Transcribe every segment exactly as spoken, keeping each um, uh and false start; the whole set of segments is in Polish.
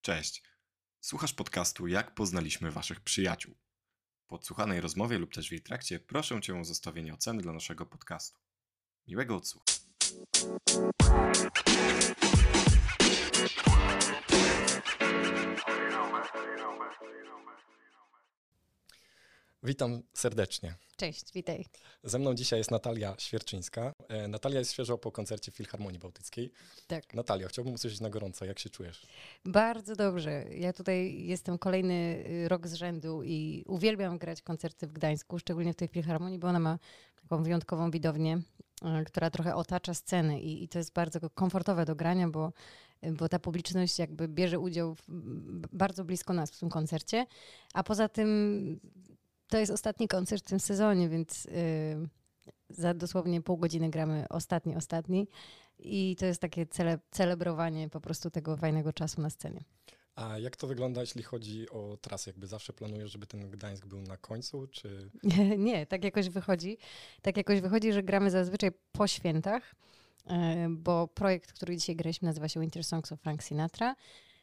Cześć. Słuchasz podcastu Jak poznaliśmy waszych przyjaciół. Po odsłuchanej rozmowie lub też w jej trakcie proszę cię o zostawienie oceny dla naszego podcastu. Miłego odsłuchu. Witam serdecznie. Cześć, witaj. Ze mną dzisiaj jest Natalia Świerczyńska. E, Natalia jest świeżo po koncercie w Filharmonii Bałtyckiej. Tak. Natalia, chciałbym usłyszeć na gorąco, jak się czujesz? Bardzo dobrze. Ja tutaj jestem kolejny rok z rzędu i uwielbiam grać koncerty w Gdańsku, szczególnie w tej Filharmonii, bo ona ma taką wyjątkową widownię, która trochę otacza scenę i, i to jest bardzo komfortowe do grania, bo, bo ta publiczność jakby bierze udział w, bardzo blisko nas w tym koncercie, a poza tym to jest ostatni koncert w tym sezonie, więc yy, za dosłownie pół godziny gramy ostatni, ostatni i to jest takie cele, celebrowanie po prostu tego fajnego czasu na scenie. A jak to wygląda, jeśli chodzi o trasę? Jakby zawsze planujesz, żeby ten Gdańsk był na końcu, czy... Nie, nie, tak jakoś wychodzi. Tak jakoś wychodzi, że gramy zazwyczaj po świętach, yy, bo projekt, który dzisiaj graliśmy, nazywa się Winter Songs of Frank Sinatra.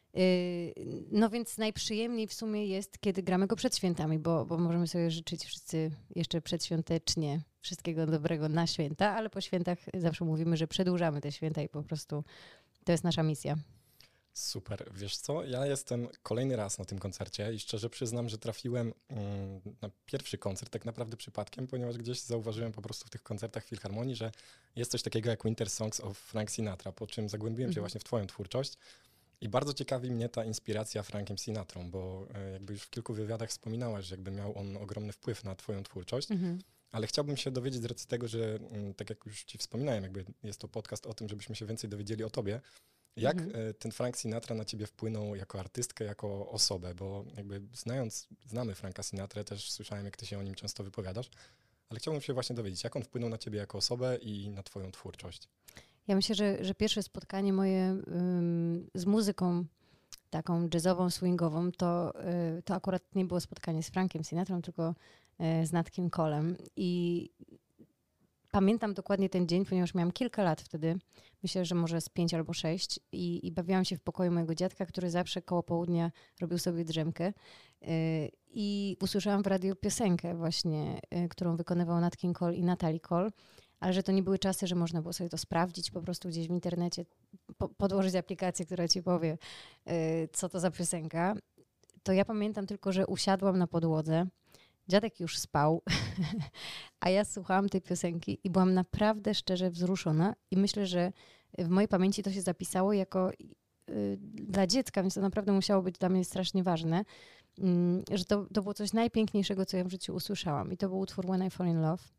No więc najprzyjemniej w sumie jest, kiedy gramy go przed świętami, bo, bo możemy sobie życzyć wszyscy jeszcze przedświątecznie wszystkiego dobrego na święta, ale po świętach zawsze mówimy, że przedłużamy te święta i po prostu to jest nasza misja. Super. Wiesz co, ja jestem kolejny raz na tym koncercie i szczerze przyznam, że trafiłem mm, na pierwszy koncert tak naprawdę przypadkiem, ponieważ gdzieś zauważyłem po prostu w tych koncertach Filharmonii, że jest coś takiego jak Winter Songs of Frank Sinatra, po czym zagłębiłem się Mhm. właśnie w twoją twórczość. I bardzo ciekawi mnie ta inspiracja Frankiem Sinatrą, bo jakby już w kilku wywiadach wspominałaś, że jakby miał on ogromny wpływ na twoją twórczość, Mhm. ale chciałbym się dowiedzieć z racji tego, że tak jak już ci wspominałem, jakby jest to podcast o tym, żebyśmy się więcej dowiedzieli o tobie. Jak Mhm. ten Frank Sinatra na ciebie wpłynął jako artystkę, jako osobę, bo jakby znając, znamy Franka Sinatrę, też słyszałem, jak ty się o nim często wypowiadasz, ale chciałbym się właśnie dowiedzieć, jak on wpłynął na ciebie jako osobę i na twoją twórczość. Ja myślę, że, że pierwsze spotkanie moje ym, z muzyką taką jazzową, swingową, to, y, to akurat nie było spotkanie z Frankiem Sinatrą, tylko y, z Natkiem Colem. I pamiętam dokładnie ten dzień, ponieważ miałam kilka lat wtedy, myślę, że może z pięć albo sześć i, i bawiłam się w pokoju mojego dziadka, który zawsze koło południa robił sobie drzemkę y, i usłyszałam w radiu piosenkę właśnie, y, którą wykonywał Nat King Cole i Natalie Cole, ale że to nie były czasy, że można było sobie to sprawdzić po prostu gdzieś w internecie, po, podłożyć aplikację, która ci powie, y, co to za piosenka. To ja pamiętam tylko, że usiadłam na podłodze, dziadek już spał, a ja słuchałam tej piosenki i byłam naprawdę szczerze wzruszona i myślę, że w mojej pamięci to się zapisało jako y, dla dziecka, więc to naprawdę musiało być dla mnie strasznie ważne, y, że to, to było coś najpiękniejszego, co ja w życiu usłyszałam i to był utwór When I Fall in Love.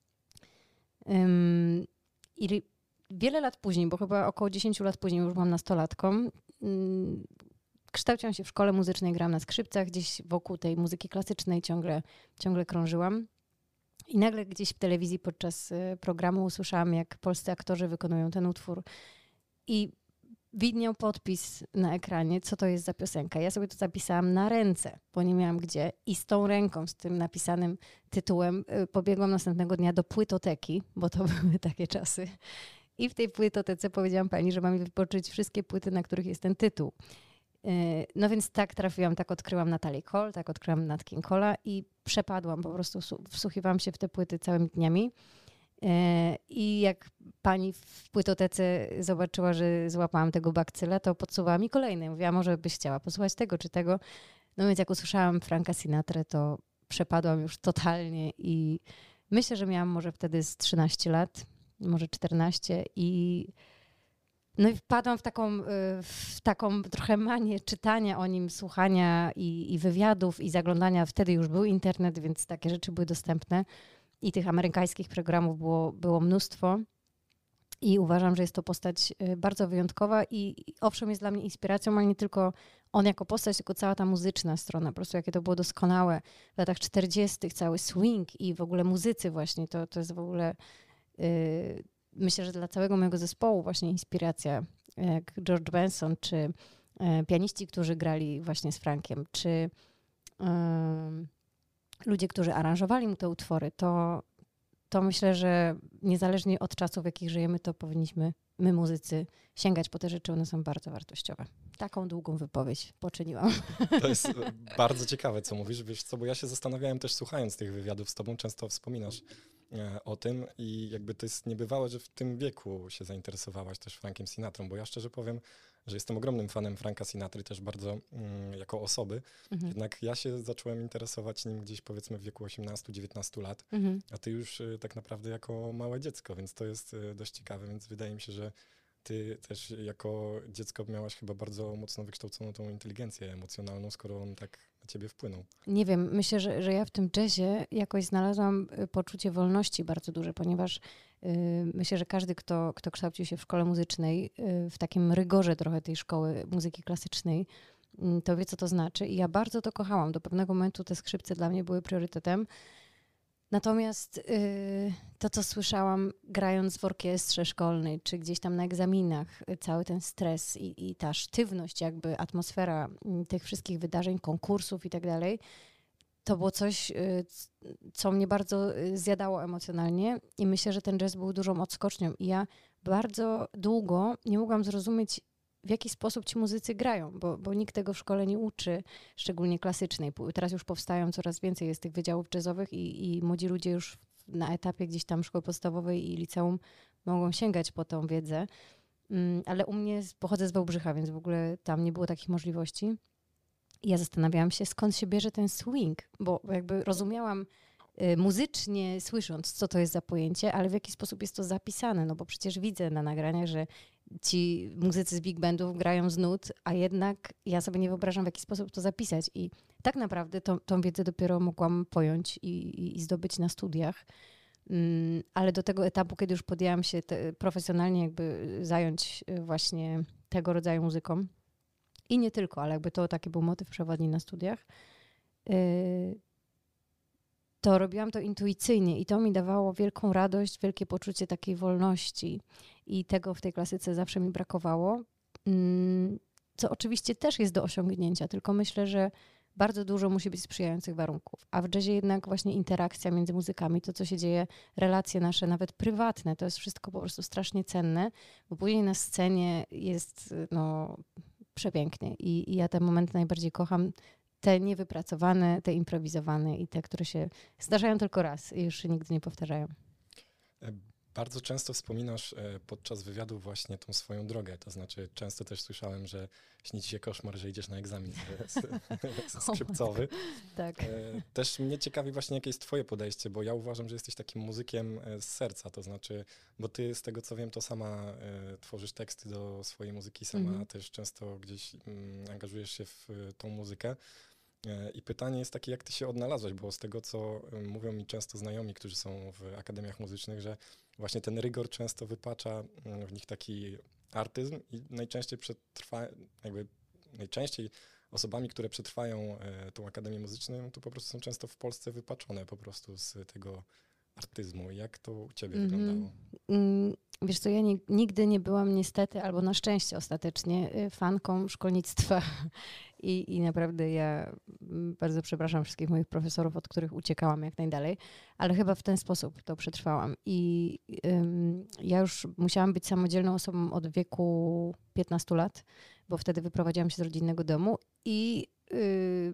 Um, I wiele lat później, bo chyba około dziesięć lat później, już byłam nastolatką, um, kształciłam się w szkole muzycznej, grałam na skrzypcach, gdzieś wokół tej muzyki klasycznej ciągle, ciągle krążyłam. I nagle gdzieś w telewizji podczas y, programu usłyszałam, jak polscy aktorzy wykonują ten utwór. I widniał podpis na ekranie, co to jest za piosenka. Ja sobie to zapisałam na ręce, bo nie miałam gdzie. I z tą ręką, z tym napisanym tytułem y, pobiegłam następnego dnia do płytoteki, bo to były takie czasy. I w tej płytotece powiedziałam pani, że mam mi wypożyczyć wszystkie płyty, na których jest ten tytuł. Y, no więc tak trafiłam, tak odkryłam Natalię Cole, tak odkryłam Nat King Cole'a i przepadłam, po prostu wsłuchiwałam się w te płyty całymi dniami. I jak pani w płytotece zobaczyła, że złapałam tego bakcyla, to podsuwała mi kolejne. Mówiła, może byś chciała posłuchać tego czy tego. No więc jak usłyszałam Franka Sinatrę, to przepadłam już totalnie i myślę, że miałam może wtedy z trzynaście lat, może czternaście i no i wpadłam w taką, w taką trochę manię czytania o nim, słuchania i, i wywiadów i zaglądania. Wtedy już był internet, więc takie rzeczy były dostępne. I tych amerykańskich programów było, było mnóstwo i uważam, że jest to postać bardzo wyjątkowa i, i owszem jest dla mnie inspiracją, ale nie tylko on jako postać, tylko cała ta muzyczna strona, po prostu jakie to było doskonałe w latach czterdziestych, cały swing i w ogóle muzycy właśnie, to, to jest w ogóle yy, myślę, że dla całego mojego zespołu właśnie inspiracja, jak George Benson, czy yy, pianiści, którzy grali właśnie z Frankiem, czy yy, ludzie, którzy aranżowali mu te utwory, to, to myślę, że niezależnie od czasów, w jakich żyjemy, to powinniśmy my muzycy sięgać po te rzeczy, one są bardzo wartościowe. Taką długą wypowiedź poczyniłam. To jest bardzo ciekawe, co mówisz, wiesz co, bo ja się zastanawiałem też słuchając tych wywiadów z tobą, często wspominasz e, o tym i jakby to jest niebywałe, że w tym wieku się zainteresowałaś też Frankiem Sinatrą, bo ja szczerze powiem, że jestem ogromnym fanem Franka Sinatry, też bardzo mm, jako osoby, Mhm. jednak ja się zacząłem interesować nim gdzieś powiedzmy w wieku osiemnastu dziewiętnastu lat, Mhm. a ty już y, tak naprawdę jako małe dziecko, więc to jest y, dość ciekawe, więc wydaje mi się, że ty też jako dziecko miałaś chyba bardzo mocno wykształconą tą inteligencję emocjonalną, skoro on tak na ciebie wpłynął. Nie wiem, myślę, że, że ja w tym jazzie jakoś znalazłam y, poczucie wolności bardzo duże, ponieważ y, myślę, że każdy, kto, kto kształcił się w szkole muzycznej, y, w takim rygorze trochę tej szkoły muzyki klasycznej, y, to wie, co to znaczy. I ja bardzo to kochałam. Do pewnego momentu te skrzypce dla mnie były priorytetem. Natomiast y, to, co słyszałam grając w orkiestrze szkolnej, czy gdzieś tam na egzaminach, y, cały ten stres i, i ta sztywność, jakby atmosfera y, tych wszystkich wydarzeń, konkursów i tak dalej, to było coś, y, c- co mnie bardzo y, zjadało emocjonalnie i myślę, że ten jazz był dużą odskocznią. I ja bardzo długo nie mogłam zrozumieć, w jaki sposób ci muzycy grają, bo, bo nikt tego w szkole nie uczy, szczególnie klasycznej. Pu- Teraz już powstają coraz więcej jest tych wydziałów jazzowych i, i młodzi ludzie już na etapie gdzieś tam szkoły podstawowej i liceum mogą sięgać po tą wiedzę. Mm, Ale u mnie, z- pochodzę z Wałbrzycha, więc w ogóle tam nie było takich możliwości. I ja zastanawiałam się, skąd się bierze ten swing, bo bo jakby rozumiałam y, muzycznie, słysząc, co to jest za pojęcie, ale w jaki sposób jest to zapisane, no bo przecież widzę na nagraniach, że ci muzycy z big bandów grają z nut, a jednak ja sobie nie wyobrażam, w jaki sposób to zapisać. I tak naprawdę tą, tą wiedzę dopiero mogłam pojąć i, i, i zdobyć na studiach. Mm, ale do tego etapu, kiedy już podjęłam się te, profesjonalnie jakby zająć y, właśnie tego rodzaju muzyką, i nie tylko, ale jakby to taki był motyw przewodni na studiach, y, to robiłam to intuicyjnie i to mi dawało wielką radość, wielkie poczucie takiej wolności i tego w tej klasyce zawsze mi brakowało, Mm, co oczywiście też jest do osiągnięcia, tylko myślę, że bardzo dużo musi być sprzyjających warunków, a w jazzie jednak właśnie interakcja między muzykami, to co się dzieje, relacje nasze, nawet prywatne, to jest wszystko po prostu strasznie cenne, bo później na scenie jest no, przepięknie i, i ja te momenty najbardziej kocham, te niewypracowane, te improwizowane i te, które się zdarzają tylko raz i już się nigdy nie powtarzają. E, Bardzo często wspominasz e, podczas wywiadu właśnie tą swoją drogę, to znaczy często też słyszałem, że śni ci się koszmar, że idziesz na egzamin z- z- z- skrzypcowy. Tak. E, Też mnie ciekawi właśnie, jakie jest twoje podejście, bo ja uważam, że jesteś takim muzykiem e, z serca, to znaczy, bo ty z tego co wiem, to sama e, tworzysz teksty do swojej muzyki, sama Mhm. też często gdzieś mm, angażujesz się w e, tą muzykę. E, I pytanie jest takie, jak ty się odnalazłeś, bo z tego, co e, mówią mi często znajomi, którzy są w akademiach muzycznych, że właśnie ten rygor często wypacza mm, w nich taki artyzm i najczęściej przetrwa, jakby najczęściej osobami, które przetrwają e, tą akademię muzyczną, to po prostu są często w Polsce wypaczone po prostu z tego artyzmu. Jak to u ciebie Mhm. wyglądało? Mm, Wiesz co, ja ni- nigdy nie byłam niestety, albo na szczęście ostatecznie, y, fanką szkolnictwa. I, I naprawdę ja mm, bardzo przepraszam wszystkich moich profesorów, od których uciekałam jak najdalej, ale chyba w ten sposób to przetrwałam. I ym, ja już musiałam być samodzielną osobą od wieku piętnastu lat, bo wtedy wyprowadziłam się z rodzinnego domu i y,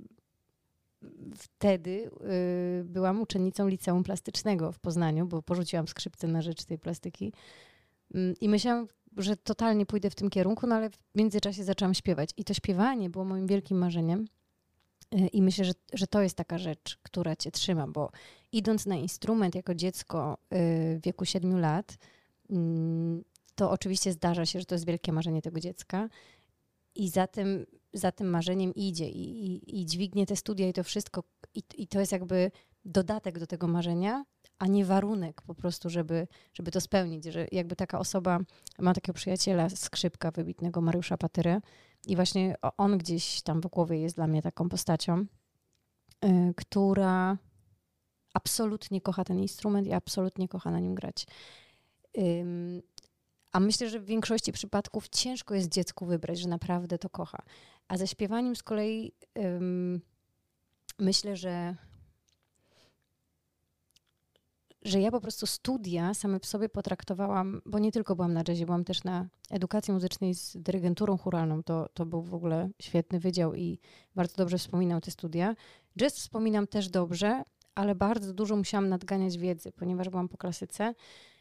wtedy y, byłam uczennicą liceum plastycznego w Poznaniu, bo porzuciłam skrzypce na rzecz tej plastyki. Mm, I myślałam, że totalnie pójdę w tym kierunku, no ale w międzyczasie zaczęłam śpiewać. I to śpiewanie było moim wielkim marzeniem. Y, I myślę, że, że to jest taka rzecz, która cię trzyma, bo idąc na instrument jako dziecko y, w wieku siedmiu lat, mm, to oczywiście zdarza się, że to jest wielkie marzenie tego dziecka. I za tym, za tym marzeniem idzie i, i, i dźwignie te studia i to wszystko. I, I to jest jakby dodatek do tego marzenia, a nie warunek po prostu, żeby, żeby to spełnić. Że jakby taka osoba, ma takiego przyjaciela, skrzypka wybitnego Mariusza Patyrę i właśnie o- on gdzieś tam w głowie jest dla mnie taką postacią, y, która absolutnie kocha ten instrument i absolutnie kocha na nim grać. Ym, A myślę, że w większości przypadków ciężko jest dziecku wybrać, że naprawdę to kocha. A ze śpiewaniem z kolei ym, myślę, że, że ja po prostu studia same w sobie potraktowałam, bo nie tylko byłam na jazzie, byłam też na edukacji muzycznej z dyrygenturą chóralną. To, to był w ogóle świetny wydział i bardzo dobrze wspominam te studia. Jazz wspominam też dobrze, ale bardzo dużo musiałam nadganiać wiedzy, ponieważ byłam po klasyce.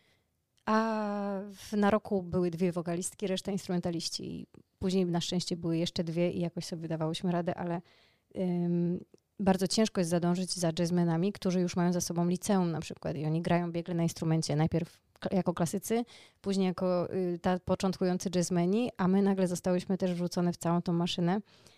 A w, na roku były dwie wokalistki, reszta instrumentaliści. I później na szczęście były jeszcze dwie i jakoś sobie wydawałyśmy radę, ale ym, bardzo ciężko jest zadążyć za jazzmenami, którzy już mają za sobą liceum na przykład i oni grają biegle na instrumencie, najpierw jako klasycy, później jako y, ta początkujący jazzmeni, a my nagle zostałyśmy też wrzucone w całą tą maszynę.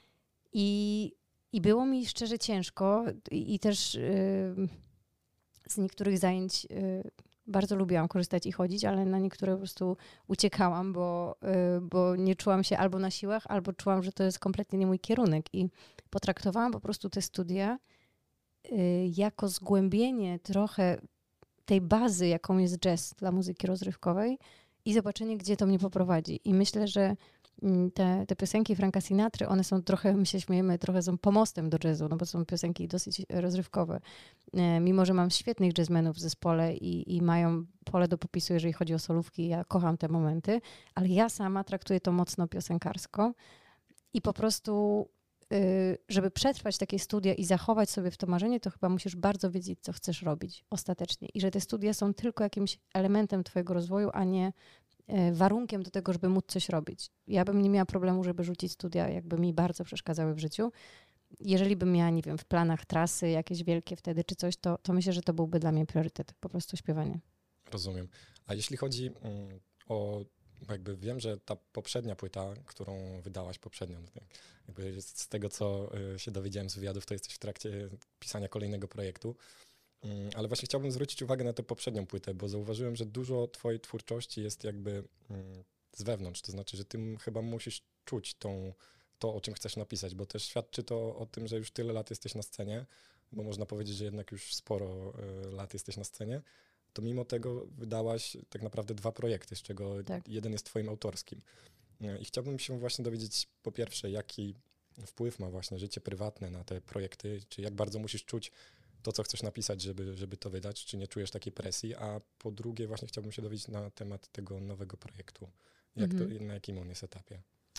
I, i było mi szczerze ciężko i, i też y, z niektórych zajęć y, bardzo lubiłam korzystać i chodzić, ale na niektóre po prostu uciekałam, bo, y, bo nie czułam się albo na siłach, albo czułam, że to jest kompletnie nie mój kierunek. I potraktowałam po prostu te studia y, jako zgłębienie trochę tej bazy, jaką jest jazz dla muzyki rozrywkowej i zobaczenie, gdzie to mnie poprowadzi. I myślę, że te, te piosenki Franka Sinatry, one są trochę, my się śmiejemy, trochę są pomostem do jazzu, no bo są piosenki dosyć rozrywkowe. E, mimo, że mam świetnych jazzmenów w zespole i, i mają pole do popisu, jeżeli chodzi o solówki, ja kocham te momenty, ale ja sama traktuję to mocno piosenkarsko i po prostu, y, żeby przetrwać takie studia i zachować sobie w to marzenie, to chyba musisz bardzo wiedzieć, co chcesz robić ostatecznie i że te studia są tylko jakimś elementem twojego rozwoju, a nie warunkiem do tego, żeby móc coś robić. Ja bym nie miała problemu, żeby rzucić studia, jakby mi bardzo przeszkadzały w życiu. Jeżeli bym miała, nie wiem, w planach trasy jakieś wielkie wtedy czy coś, to, to myślę, że to byłby dla mnie priorytet, po prostu śpiewanie. Rozumiem. A jeśli chodzi mm, o, jakby wiem, że ta poprzednia płyta, którą wydałaś poprzednią, jakby z tego, co się dowiedziałem z wywiadów, to jesteś w trakcie pisania kolejnego projektu. Ale właśnie chciałbym zwrócić uwagę na tę poprzednią płytę, bo zauważyłem, że dużo twojej twórczości jest jakby z wewnątrz, to znaczy, że ty chyba musisz czuć tą, to, o czym chcesz napisać, bo też świadczy to o tym, że już tyle lat jesteś na scenie, bo można powiedzieć, że jednak już sporo lat jesteś na scenie, to mimo tego wydałaś tak naprawdę dwa projekty, z czego tak. jeden jest twoim autorskim. I chciałbym się właśnie dowiedzieć, po pierwsze, jaki wpływ ma właśnie życie prywatne na te projekty, czy jak bardzo musisz czuć to, co chcesz napisać, żeby, żeby to wydać, czy nie czujesz takiej presji, a po drugie właśnie chciałbym się dowiedzieć na temat tego nowego projektu. Jak mhm. to, na jakim on jest etapie?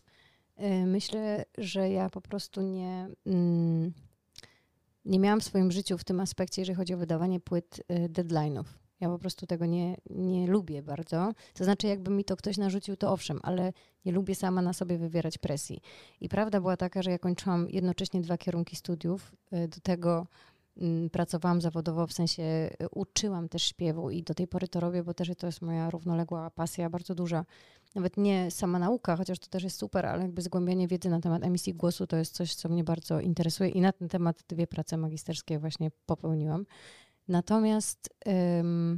Myślę, że ja po prostu nie, mm, nie miałam w swoim życiu w tym aspekcie, jeżeli chodzi o wydawanie płyt, deadline'ów. Ja po prostu tego nie, nie lubię bardzo. To znaczy, jakby mi to ktoś narzucił, to owszem, ale nie lubię sama na sobie wywierać presji. I prawda była taka, że ja kończyłam jednocześnie dwa kierunki studiów. Do tego pracowałam zawodowo, w sensie uczyłam też śpiewu i do tej pory to robię, bo też to jest moja równoległa pasja, bardzo duża. Nawet nie sama nauka, chociaż to też jest super, ale jakby zgłębianie wiedzy na temat emisji głosu to jest coś, co mnie bardzo interesuje i na ten temat dwie prace magisterskie właśnie popełniłam. Natomiast ym,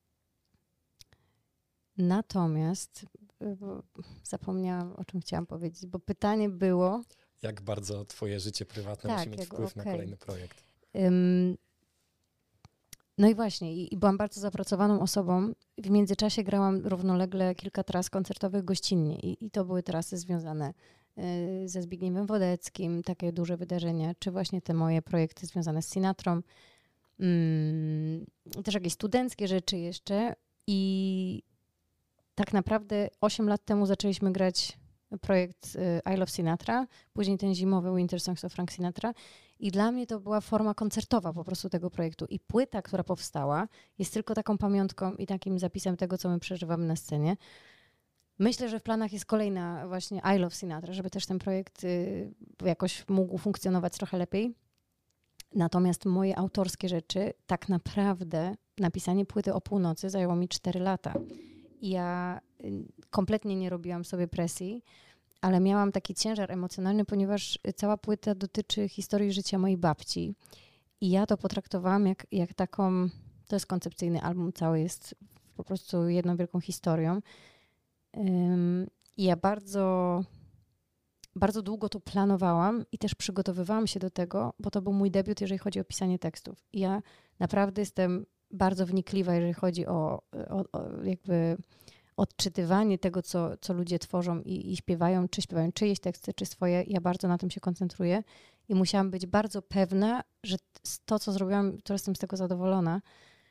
natomiast bo zapomniałam, o czym chciałam powiedzieć, bo pytanie było... Jak bardzo twoje życie prywatne tak, musi mieć wpływ okay. na kolejny projekt? Ym, no i właśnie, i, i byłam bardzo zapracowaną osobą. W międzyczasie grałam równolegle kilka tras koncertowych gościnnie i, i to były trasy związane y, ze Zbigniewem Wodeckim, takie duże wydarzenia, czy właśnie te moje projekty związane z Sinatrą. Mm, też jakieś studenckie rzeczy jeszcze i tak naprawdę osiem lat temu zaczęliśmy grać projekt I Love Sinatra, później ten zimowy Winter Songs of Frank Sinatra i dla mnie to była forma koncertowa po prostu tego projektu i płyta, która powstała, jest tylko taką pamiątką i takim zapisem tego, co my przeżywamy na scenie. Myślę, że w planach jest kolejna właśnie I Love Sinatra, żeby też ten projekt y, jakoś mógł funkcjonować trochę lepiej. Natomiast moje autorskie rzeczy, tak naprawdę napisanie płyty o północy zajęło mi cztery lata. I ja kompletnie nie robiłam sobie presji, ale miałam taki ciężar emocjonalny, ponieważ cała płyta dotyczy historii życia mojej babci. I ja to potraktowałam jak, jak taką, to jest koncepcyjny album, cały jest po prostu jedną wielką historią. Um, I ja bardzo... Bardzo długo to planowałam i też przygotowywałam się do tego, bo to był mój debiut, jeżeli chodzi o pisanie tekstów. I ja naprawdę jestem bardzo wnikliwa, jeżeli chodzi o, o, o jakby odczytywanie tego, co, co ludzie tworzą i, i śpiewają, czy śpiewają czyjeś teksty, czy swoje. Ja bardzo na tym się koncentruję i musiałam być bardzo pewna, że to, co zrobiłam, to jestem z tego zadowolona.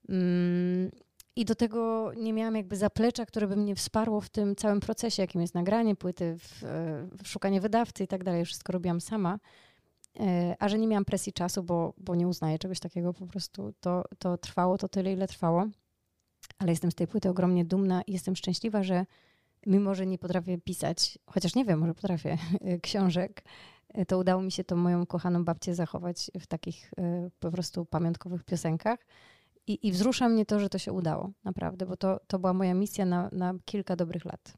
Mm, I do tego nie miałam jakby zaplecza, które by mnie wsparło w tym całym procesie, jakim jest nagranie płyty, w, w szukanie wydawcy i tak dalej. Wszystko robiłam sama. A że nie miałam presji czasu, bo, bo nie uznaję czegoś takiego, po prostu to, to trwało to tyle, ile trwało. Ale jestem z tej płyty ogromnie dumna i jestem szczęśliwa, że mimo, że nie potrafię pisać, chociaż nie wiem, może potrafię, książek, to udało mi się tą moją kochaną babcię zachować w takich po prostu pamiątkowych piosenkach. I, i wzrusza mnie to, że to się udało, naprawdę, bo to, to była moja misja na, na kilka dobrych lat.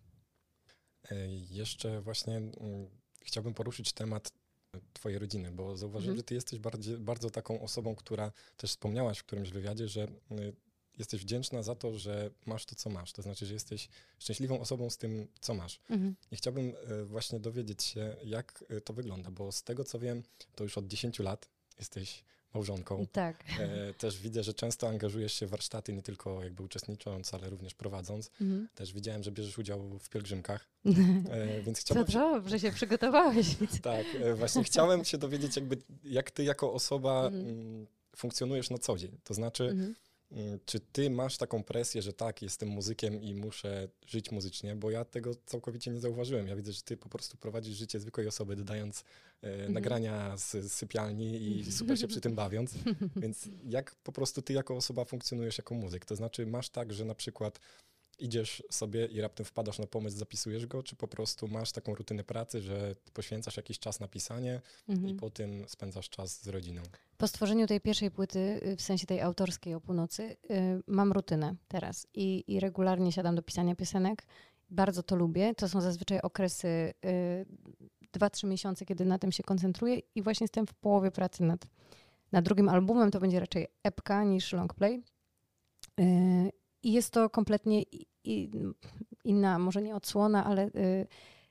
Jeszcze właśnie mm, chciałbym poruszyć temat twojej rodziny, bo zauważyłem, Mhm. że ty jesteś bardziej, bardzo taką osobą, która też wspomniałaś w którymś wywiadzie, że y, jesteś wdzięczna za to, że masz to, co masz. To znaczy, że jesteś szczęśliwą osobą z tym, co masz. Mhm. I chciałbym y, właśnie dowiedzieć się, jak y, to wygląda, bo z tego, co wiem, to już od dziesięciu lat jesteś małżonką. Tak. E, też widzę, że często angażujesz się w warsztaty, nie tylko jakby uczestnicząc, ale również prowadząc. Mhm. Też widziałem, że bierzesz udział w pielgrzymkach, e, więc Co chciałbym... się- dobrze się przygotowałeś. Widzę. Tak, e, właśnie chciałem się dowiedzieć, jakby jak ty jako osoba Mhm. mm, funkcjonujesz na co dzień. To znaczy, Mhm. mm, czy ty masz taką presję, że tak, jestem muzykiem i muszę żyć muzycznie, bo ja tego całkowicie nie zauważyłem. Ja widzę, że ty po prostu prowadzisz życie zwykłej osoby, dodając e, nagrania z, z sypialni i super się przy tym bawiąc. Więc jak po prostu ty jako osoba funkcjonujesz jako muzyk? To znaczy masz tak, że na przykład idziesz sobie i raptem wpadasz na pomysł, zapisujesz go, czy po prostu masz taką rutynę pracy, że poświęcasz jakiś czas na pisanie i Mhm. po tym spędzasz czas z rodziną? Po stworzeniu tej pierwszej płyty, y, w sensie tej autorskiej o północy, y, mam rutynę teraz i, i regularnie siadam do pisania piosenek. Bardzo to lubię. To są zazwyczaj okresy y, dwa, trzy miesiące, kiedy na tym się koncentruję i właśnie jestem w połowie pracy nad, nad drugim albumem. To będzie raczej epka niż longplay. Y, I jest to kompletnie i, i, inna, może nie odsłona, ale y,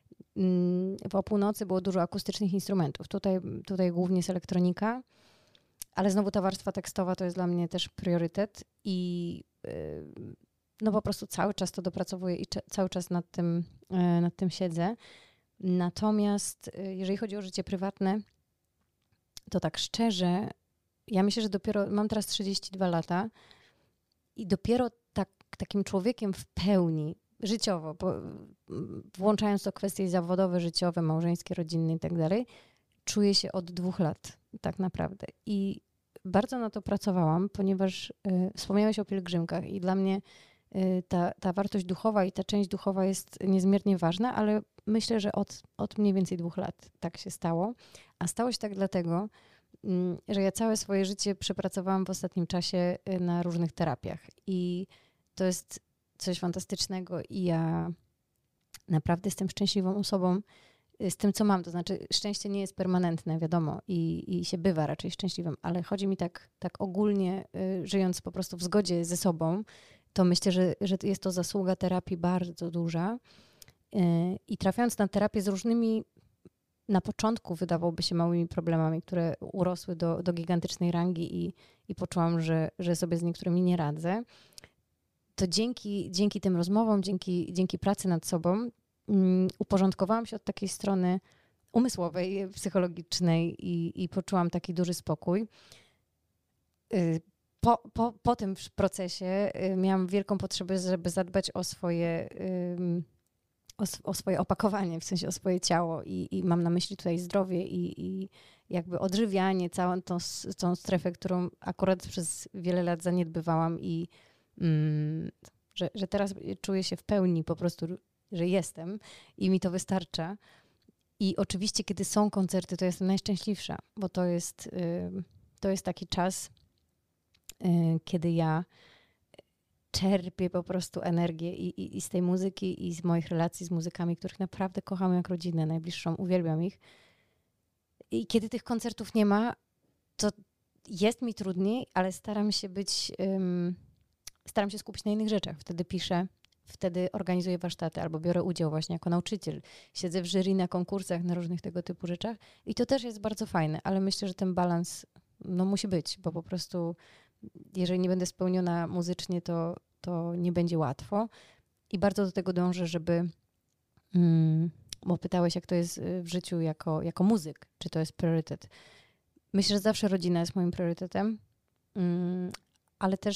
mm, w północy było dużo akustycznych instrumentów. Tutaj, tutaj głównie jest elektronika. Ale znowu ta warstwa tekstowa to jest dla mnie też priorytet i yy, no po prostu cały czas to dopracowuję i cze- cały czas nad tym, yy, nad tym siedzę. Natomiast yy, jeżeli chodzi o życie prywatne, to tak szczerze, ja myślę, że dopiero, mam teraz trzydzieści dwa lata i dopiero tak, takim człowiekiem w pełni, życiowo, bo, włączając to kwestie zawodowe, życiowe, małżeńskie, rodzinne i tak dalej, czuję się od dwóch lat, tak naprawdę. I bardzo na to pracowałam, ponieważ y, wspomniałeś o pielgrzymkach i dla mnie y, ta, ta wartość duchowa i ta część duchowa jest niezmiernie ważna, ale myślę, że od, od mniej więcej dwóch lat tak się stało. A stało się tak dlatego, y, że ja całe swoje życie przepracowałam w ostatnim czasie y, na różnych terapiach i to jest coś fantastycznego i ja naprawdę jestem szczęśliwą osobą, z tym, co mam. To znaczy, szczęście nie jest permanentne, wiadomo, i, i się bywa raczej szczęśliwym, ale chodzi mi tak, tak ogólnie, y, żyjąc po prostu w zgodzie ze sobą, to myślę, że, że jest to zasługa terapii bardzo duża. Y, I trafiając na terapię z różnymi, na początku wydawałoby się małymi problemami, które urosły do, do gigantycznej rangi i, i poczułam, że, że sobie z niektórymi nie radzę, to dzięki, dzięki tym rozmowom, dzięki, dzięki pracy nad sobą, uporządkowałam się od takiej strony umysłowej, psychologicznej i, i poczułam taki duży spokój. Po, po, po tym procesie miałam wielką potrzebę, żeby zadbać o swoje, o, o swoje opakowanie, w sensie o swoje ciało i, i mam na myśli tutaj zdrowie i, i jakby odżywianie, całą tą, tą strefę, którą akurat przez wiele lat zaniedbywałam i mm, że, że teraz czuję się w pełni po prostu, że jestem i mi to wystarcza. I oczywiście, kiedy są koncerty, to jestem najszczęśliwsza, bo to jest, y, to jest taki czas, y, kiedy ja czerpię po prostu energię i, i, i z tej muzyki, i z moich relacji z muzykami, których naprawdę kocham jak rodzinę, najbliższą, uwielbiam ich. I kiedy tych koncertów nie ma, to jest mi trudniej, ale staram się być, um, staram się skupić na innych rzeczach. Wtedy piszę, wtedy organizuję warsztaty albo biorę udział właśnie jako nauczyciel. Siedzę w jury na konkursach, na różnych tego typu rzeczach i to też jest bardzo fajne, ale myślę, że ten balans no, musi być, bo po prostu jeżeli nie będę spełniona muzycznie, to, to nie będzie łatwo. I bardzo do tego dążę, żeby... Mm, bo pytałeś, jak to jest w życiu jako, jako muzyk, czy to jest priorytet. Myślę, że zawsze rodzina jest moim priorytetem, mm, ale też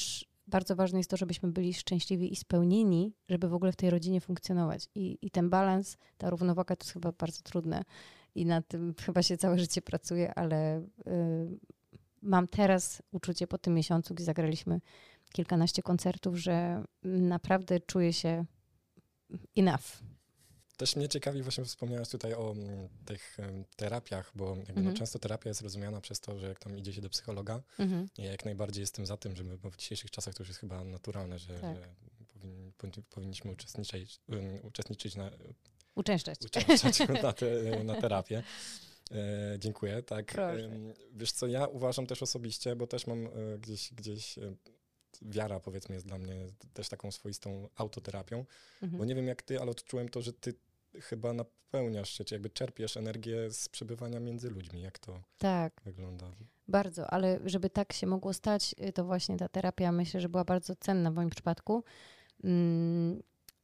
bardzo ważne jest to, żebyśmy byli szczęśliwi i spełnieni, żeby w ogóle w tej rodzinie funkcjonować. I, i ten balans, ta równowaga to jest chyba bardzo trudne i nad tym chyba się całe życie pracuje, ale y, mam teraz uczucie po tym miesiącu, gdzie zagraliśmy kilkanaście koncertów, że naprawdę czuję się enough. Też mnie ciekawi, właśnie wspomniałaś tutaj o mm, tych em, terapiach, bo jakby Mhm. no, często terapia jest rozumiana przez to, że jak tam idzie się do psychologa, Mhm. ja jak najbardziej jestem za tym, żeby, bo w dzisiejszych czasach to już jest chyba naturalne, że, Tak. że powin, powin, powinniśmy uczestniczyć, um, uczestniczyć na, Uczęszczać. uczęszczać na, te, na terapię. E, dziękuję, tak. Proszę. Em, Wiesz co, ja uważam też osobiście, bo też mam e, gdzieś, gdzieś e, wiara, powiedzmy, jest dla mnie też taką swoistą autoterapią, Mhm. bo nie wiem jak ty, ale odczułem to, że ty chyba napełniasz się, czy jakby czerpiesz energię z przebywania między ludźmi. Jak to Tak. wygląda? Bardzo, ale żeby tak się mogło stać, y, to właśnie ta terapia myślę, że była bardzo cenna w moim przypadku, mm,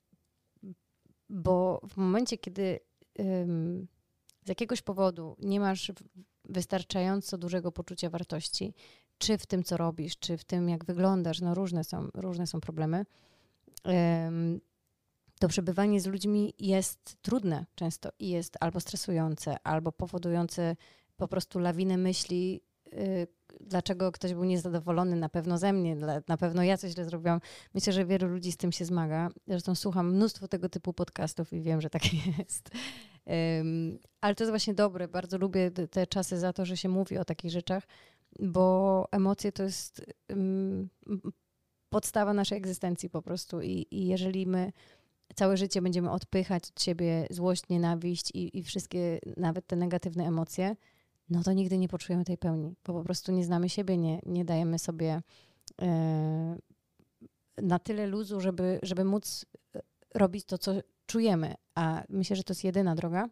bo w momencie, kiedy ym, z jakiegoś powodu nie masz w- wystarczająco dużego poczucia wartości, czy w tym, co robisz, czy w tym, jak wyglądasz, no różne są, różne są problemy, ym, to przebywanie z ludźmi jest trudne często i jest albo stresujące, albo powodujące po prostu lawinę myśli, y, dlaczego ktoś był niezadowolony, na pewno ze mnie, dla- na pewno ja coś źle zrobiłam. Myślę, że wielu ludzi z tym się zmaga. Zresztą słucham mnóstwo tego typu podcastów i wiem, że tak jest. Ym, ale to jest właśnie dobre. Bardzo lubię te- te czasy za to, że się mówi o takich rzeczach, bo emocje to jest ym, podstawa naszej egzystencji po prostu i, i jeżeli my całe życie będziemy odpychać od siebie złość, nienawiść i, i wszystkie, nawet te negatywne emocje, no to nigdy nie poczujemy tej pełni, bo po prostu nie znamy siebie, nie, nie dajemy sobie e, na tyle luzu, żeby, żeby móc e, robić to, co czujemy. A myślę, że to jest jedyna droga.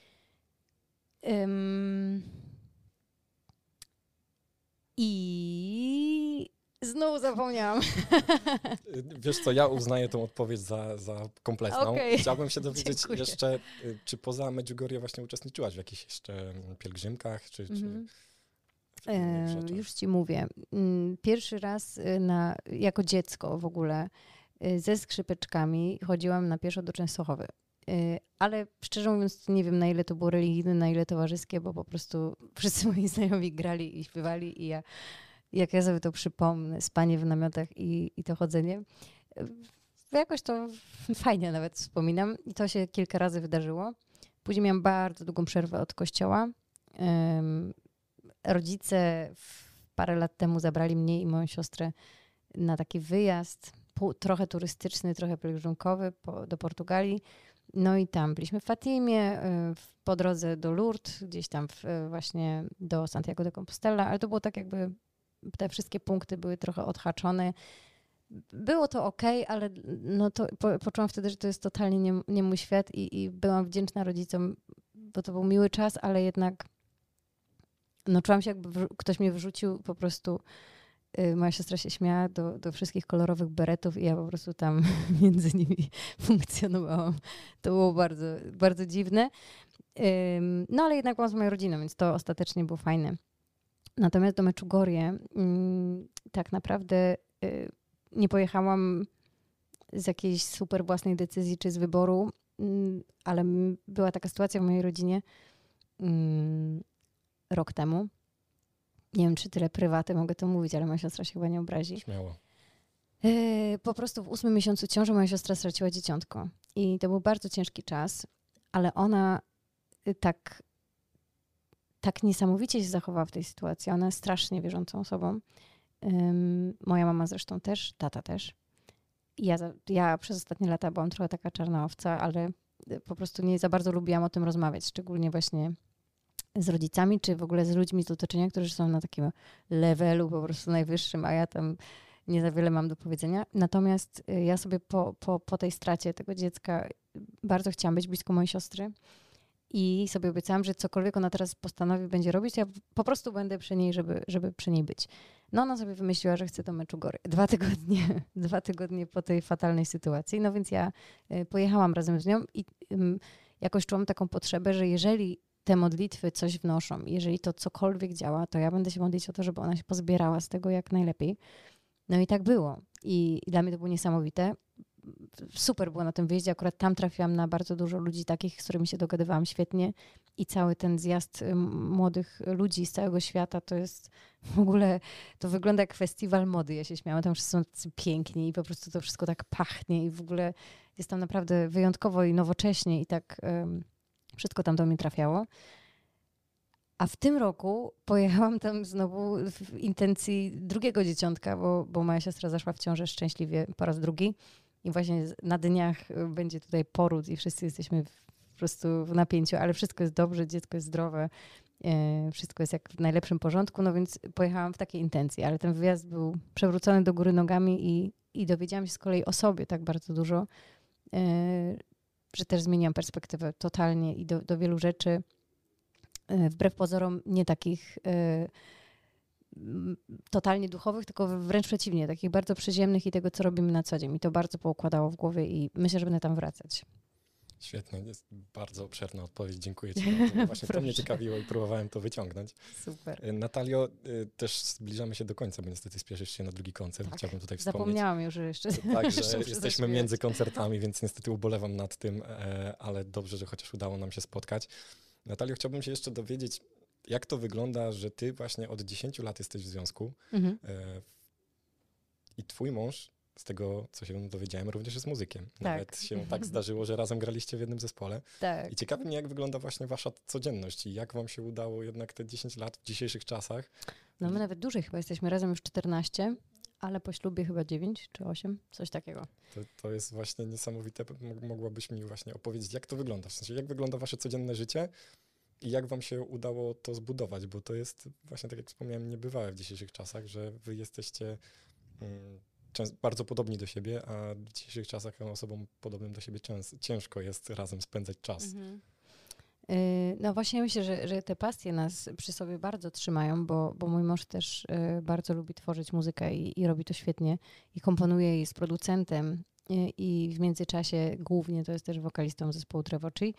Ym, I znowu zapomniałam. Y, Wiesz co, ja uznaję tą odpowiedź za, za kompletną. Okej. Chciałbym się dowiedzieć Dziękuję. jeszcze, y, czy poza Medjugorje właśnie uczestniczyłaś w jakichś jeszcze mm, pielgrzymkach, czy, Mhm. czy w innych E, rzeczach? już ci mówię. Mm, Pierwszy raz y, na, jako dziecko w ogóle y, ze skrzypeczkami chodziłam na pieszo do Częstochowy. Y, Ale szczerze mówiąc nie wiem na ile to było religijne, na ile towarzyskie, bo po prostu wszyscy moi znajomi grali i śpiewali i ja, jak ja sobie to przypomnę, spanie w namiotach i, i to chodzenie, y, jakoś to fajnie nawet wspominam i to się kilka razy wydarzyło. Później miałam bardzo długą przerwę od kościoła. Ym, Rodzice w- parę lat temu zabrali mnie i moją siostrę na taki wyjazd, pół, trochę turystyczny, trochę pielgrzymkowy po, do Portugalii. No i tam byliśmy w Fatimie, y, w- po drodze do Lourdes, gdzieś tam w, y, właśnie do Santiago de Compostela, ale to było tak jakby, te wszystkie punkty były trochę odhaczone. Było to okej, ale no to po, poczułam wtedy, że to jest totalnie nie, nie mój świat i, i byłam wdzięczna rodzicom, bo to był miły czas, ale jednak no czułam się jakby wrzu- ktoś mnie wrzucił po prostu, y, moja siostra się śmiała do, do wszystkich kolorowych beretów i ja po prostu tam między nimi funkcjonowałam. To było bardzo, bardzo dziwne. Ym, no ale jednak byłam z moją rodziną, więc to ostatecznie było fajne. Natomiast do Meczugorje mm, tak naprawdę y, nie pojechałam z jakiejś super własnej decyzji czy z wyboru, mm, ale m- była taka sytuacja w mojej rodzinie mm, rok temu. Nie wiem, czy tyle prywaty mogę to mówić, ale moja siostra się chyba nie obrazi. Śmiało. Yy, po prostu w ósmym miesiącu ciąży moja siostra straciła dzieciątko. I to był bardzo ciężki czas, ale ona y, tak, tak niesamowicie się zachowała w tej sytuacji. Ona jest strasznie wierzącą osobą. Ym, moja mama zresztą też, tata też. I Ja, za- ja przez ostatnie lata byłam trochę taka czarna owca, ale y, po prostu nie za bardzo lubiłam o tym rozmawiać, szczególnie właśnie z rodzicami, czy w ogóle z ludźmi z otoczenia, którzy są na takim levelu po prostu najwyższym, a ja tam nie za wiele mam do powiedzenia. Natomiast y, ja sobie po, po, po tej stracie tego dziecka bardzo chciałam być blisko mojej siostry i sobie obiecałam, że cokolwiek ona teraz postanowi, będzie robić, ja po prostu będę przy niej, żeby, żeby przy niej być. No ona sobie wymyśliła, że chce do Meczugorje. Dwa tygodnie, dwa tygodnie po tej fatalnej sytuacji. No więc ja y, pojechałam razem z nią i ym, jakoś czułam taką potrzebę, że jeżeli te modlitwy coś wnoszą, jeżeli to cokolwiek działa, to ja będę się modlić o to, żeby ona się pozbierała z tego jak najlepiej. No i tak było. I, i dla mnie to było niesamowite. Super było na tym wyjeździe. Akurat tam trafiłam na bardzo dużo ludzi takich, z którymi się dogadywałam świetnie. I cały ten zjazd y, młodych ludzi z całego świata to jest w ogóle, to wygląda jak festiwal mody. Ja się śmiałam, tam wszyscy są tacy piękni i po prostu to wszystko tak pachnie i w ogóle jest tam naprawdę wyjątkowo i nowocześnie i tak um, wszystko tam do mnie trafiało. A w tym roku pojechałam tam znowu w intencji drugiego dzieciątka, bo, bo moja siostra zaszła w ciążę szczęśliwie po raz drugi. I właśnie na dniach będzie tutaj poród i wszyscy jesteśmy w, po prostu w napięciu, ale wszystko jest dobrze, dziecko jest zdrowe, e, wszystko jest jak w najlepszym porządku, no więc pojechałam w takiej intencji, ale ten wyjazd był przewrócony do góry nogami i, i dowiedziałam się z kolei o sobie tak bardzo dużo, e, że też zmieniłam perspektywę totalnie i do, do wielu rzeczy, e, wbrew pozorom nie takich e, totalnie duchowych, tylko wręcz przeciwnie, takich bardzo przyziemnych i tego, co robimy na co dzień. I to bardzo poukładało w głowie i myślę, że będę tam wracać. Świetnie, jest bardzo obszerna odpowiedź, dziękuję Ci bardzo. Właśnie to mnie ciekawiło i próbowałem to wyciągnąć. Super. Natalio, też zbliżamy się do końca, bo niestety spieszysz się na drugi koncert. Tak, Chciałbym tutaj wspomnieć. zapomniałam już, że jeszcze Tak, że jeszcze jesteśmy między koncertami, więc niestety ubolewam nad tym, ale dobrze, że chociaż udało nam się spotkać. Natalio, chciałbym się jeszcze dowiedzieć, jak to wygląda, że ty właśnie od dziesięciu lat jesteś w związku mhm. e, i twój mąż, z tego co się dowiedziałem, również jest muzykiem. Tak. Nawet się tak zdarzyło, że razem graliście w jednym zespole. Tak. I ciekawi mnie, jak wygląda właśnie wasza codzienność i jak wam się udało jednak te dziesięć lat w dzisiejszych czasach. No my nawet dłużej chyba jesteśmy razem już czternaście, ale po ślubie chyba dziewięć czy osiem, coś takiego. To, to jest właśnie niesamowite. Mogłabyś mi właśnie opowiedzieć, jak to wygląda? W sensie, jak wygląda wasze codzienne życie? I jak wam się udało to zbudować? Bo to jest właśnie, tak jak wspomniałem, niebywałe w dzisiejszych czasach, że wy jesteście um, częst, bardzo podobni do siebie, a w dzisiejszych czasach osobom podobnym do siebie częs, ciężko jest razem spędzać czas. Mhm. Yy, no właśnie myślę, że, że te pasje nas przy sobie bardzo trzymają, bo, bo mój mąż też yy, bardzo lubi tworzyć muzykę i, i robi to świetnie. I komponuje, jest producentem yy, i w międzyczasie głównie to jest też wokalistą zespołu Trevo Tree.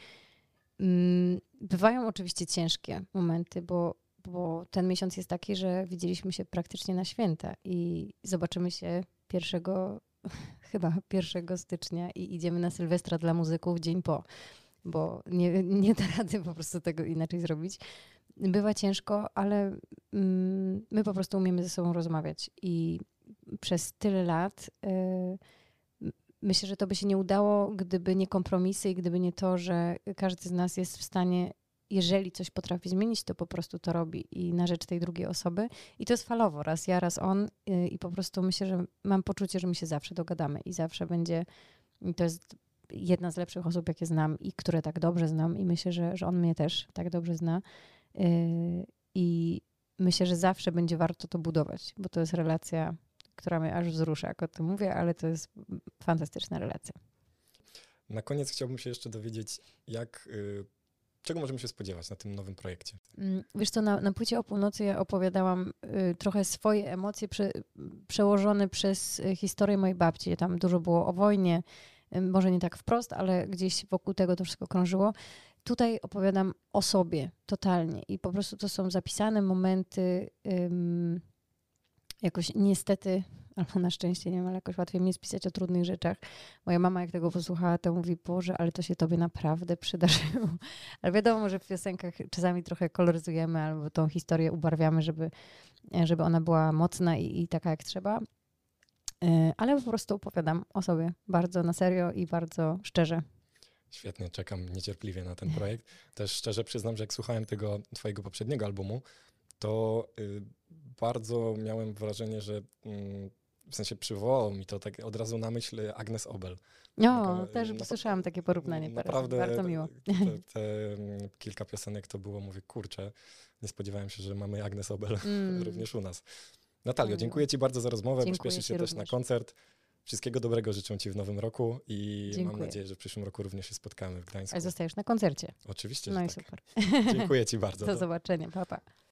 Bywają oczywiście ciężkie momenty, bo, bo ten miesiąc jest taki, że widzieliśmy się praktycznie na święta i zobaczymy się pierwszego, chyba pierwszego stycznia i idziemy na Sylwestra dla muzyków dzień po, bo nie, nie da rady po prostu tego inaczej zrobić. Bywa ciężko, ale mm, my po prostu umiemy ze sobą rozmawiać i przez tyle lat y, myślę, że to by się nie udało, gdyby nie kompromisy i gdyby nie to, że każdy z nas jest w stanie, jeżeli coś potrafi zmienić, to po prostu to robi i na rzecz tej drugiej osoby. I to jest falowo, raz ja, raz on i po prostu myślę, że mam poczucie, że my się zawsze dogadamy i zawsze będzie, i to jest jedna z lepszych osób, jakie znam i które tak dobrze znam i myślę, że, że on mnie też tak dobrze zna. I myślę, że zawsze będzie warto to budować, bo to jest relacja, która mnie aż wzrusza, jak o tym mówię, ale to jest fantastyczna relacja. Na koniec chciałbym się jeszcze dowiedzieć, jak, y, czego możemy się spodziewać na tym nowym projekcie? Wiesz co, na, na płycie o północy ja opowiadałam y, trochę swoje emocje prze, przełożone przez y, historię mojej babci. Tam dużo było o wojnie, y, może nie tak wprost, ale gdzieś wokół tego to wszystko krążyło. Tutaj opowiadam o sobie totalnie i po prostu to są zapisane momenty, ym, jakoś niestety, albo na szczęście, nie wiem, ale jakoś łatwiej mi jest pisać o trudnych rzeczach. Moja mama, jak tego posłuchała, to mówi, Boże, ale to się tobie naprawdę przydarzyło. Ale wiadomo, że w piosenkach czasami trochę koloryzujemy albo tą historię ubarwiamy, żeby, żeby ona była mocna i, i taka jak trzeba. Ale po prostu opowiadam o sobie bardzo na serio i bardzo szczerze. Świetnie, czekam niecierpliwie na ten projekt. Też szczerze przyznam, że jak słuchałem tego twojego poprzedniego albumu, to y, bardzo miałem wrażenie, że y, w sensie przywołał mi to tak od razu na myśl Agnes Obel. No, taka, też na, słyszałam takie porównanie. Naprawdę bardzo miło. Te, te kilka piosenek to było, mówię, kurczę, nie spodziewałem się, że mamy Agnes Obel mm. również u nas. Natalio, dziękuję ci bardzo za rozmowę, pośpieszysz się też na koncert. Wszystkiego dobrego życzę ci w nowym roku i dziękuję. Mam nadzieję, że w przyszłym roku również się spotkamy w Gdańsku. A zostajesz na koncercie. Oczywiście, no że i tak. super. Dziękuję ci bardzo. Do zobaczenia, pa, pa.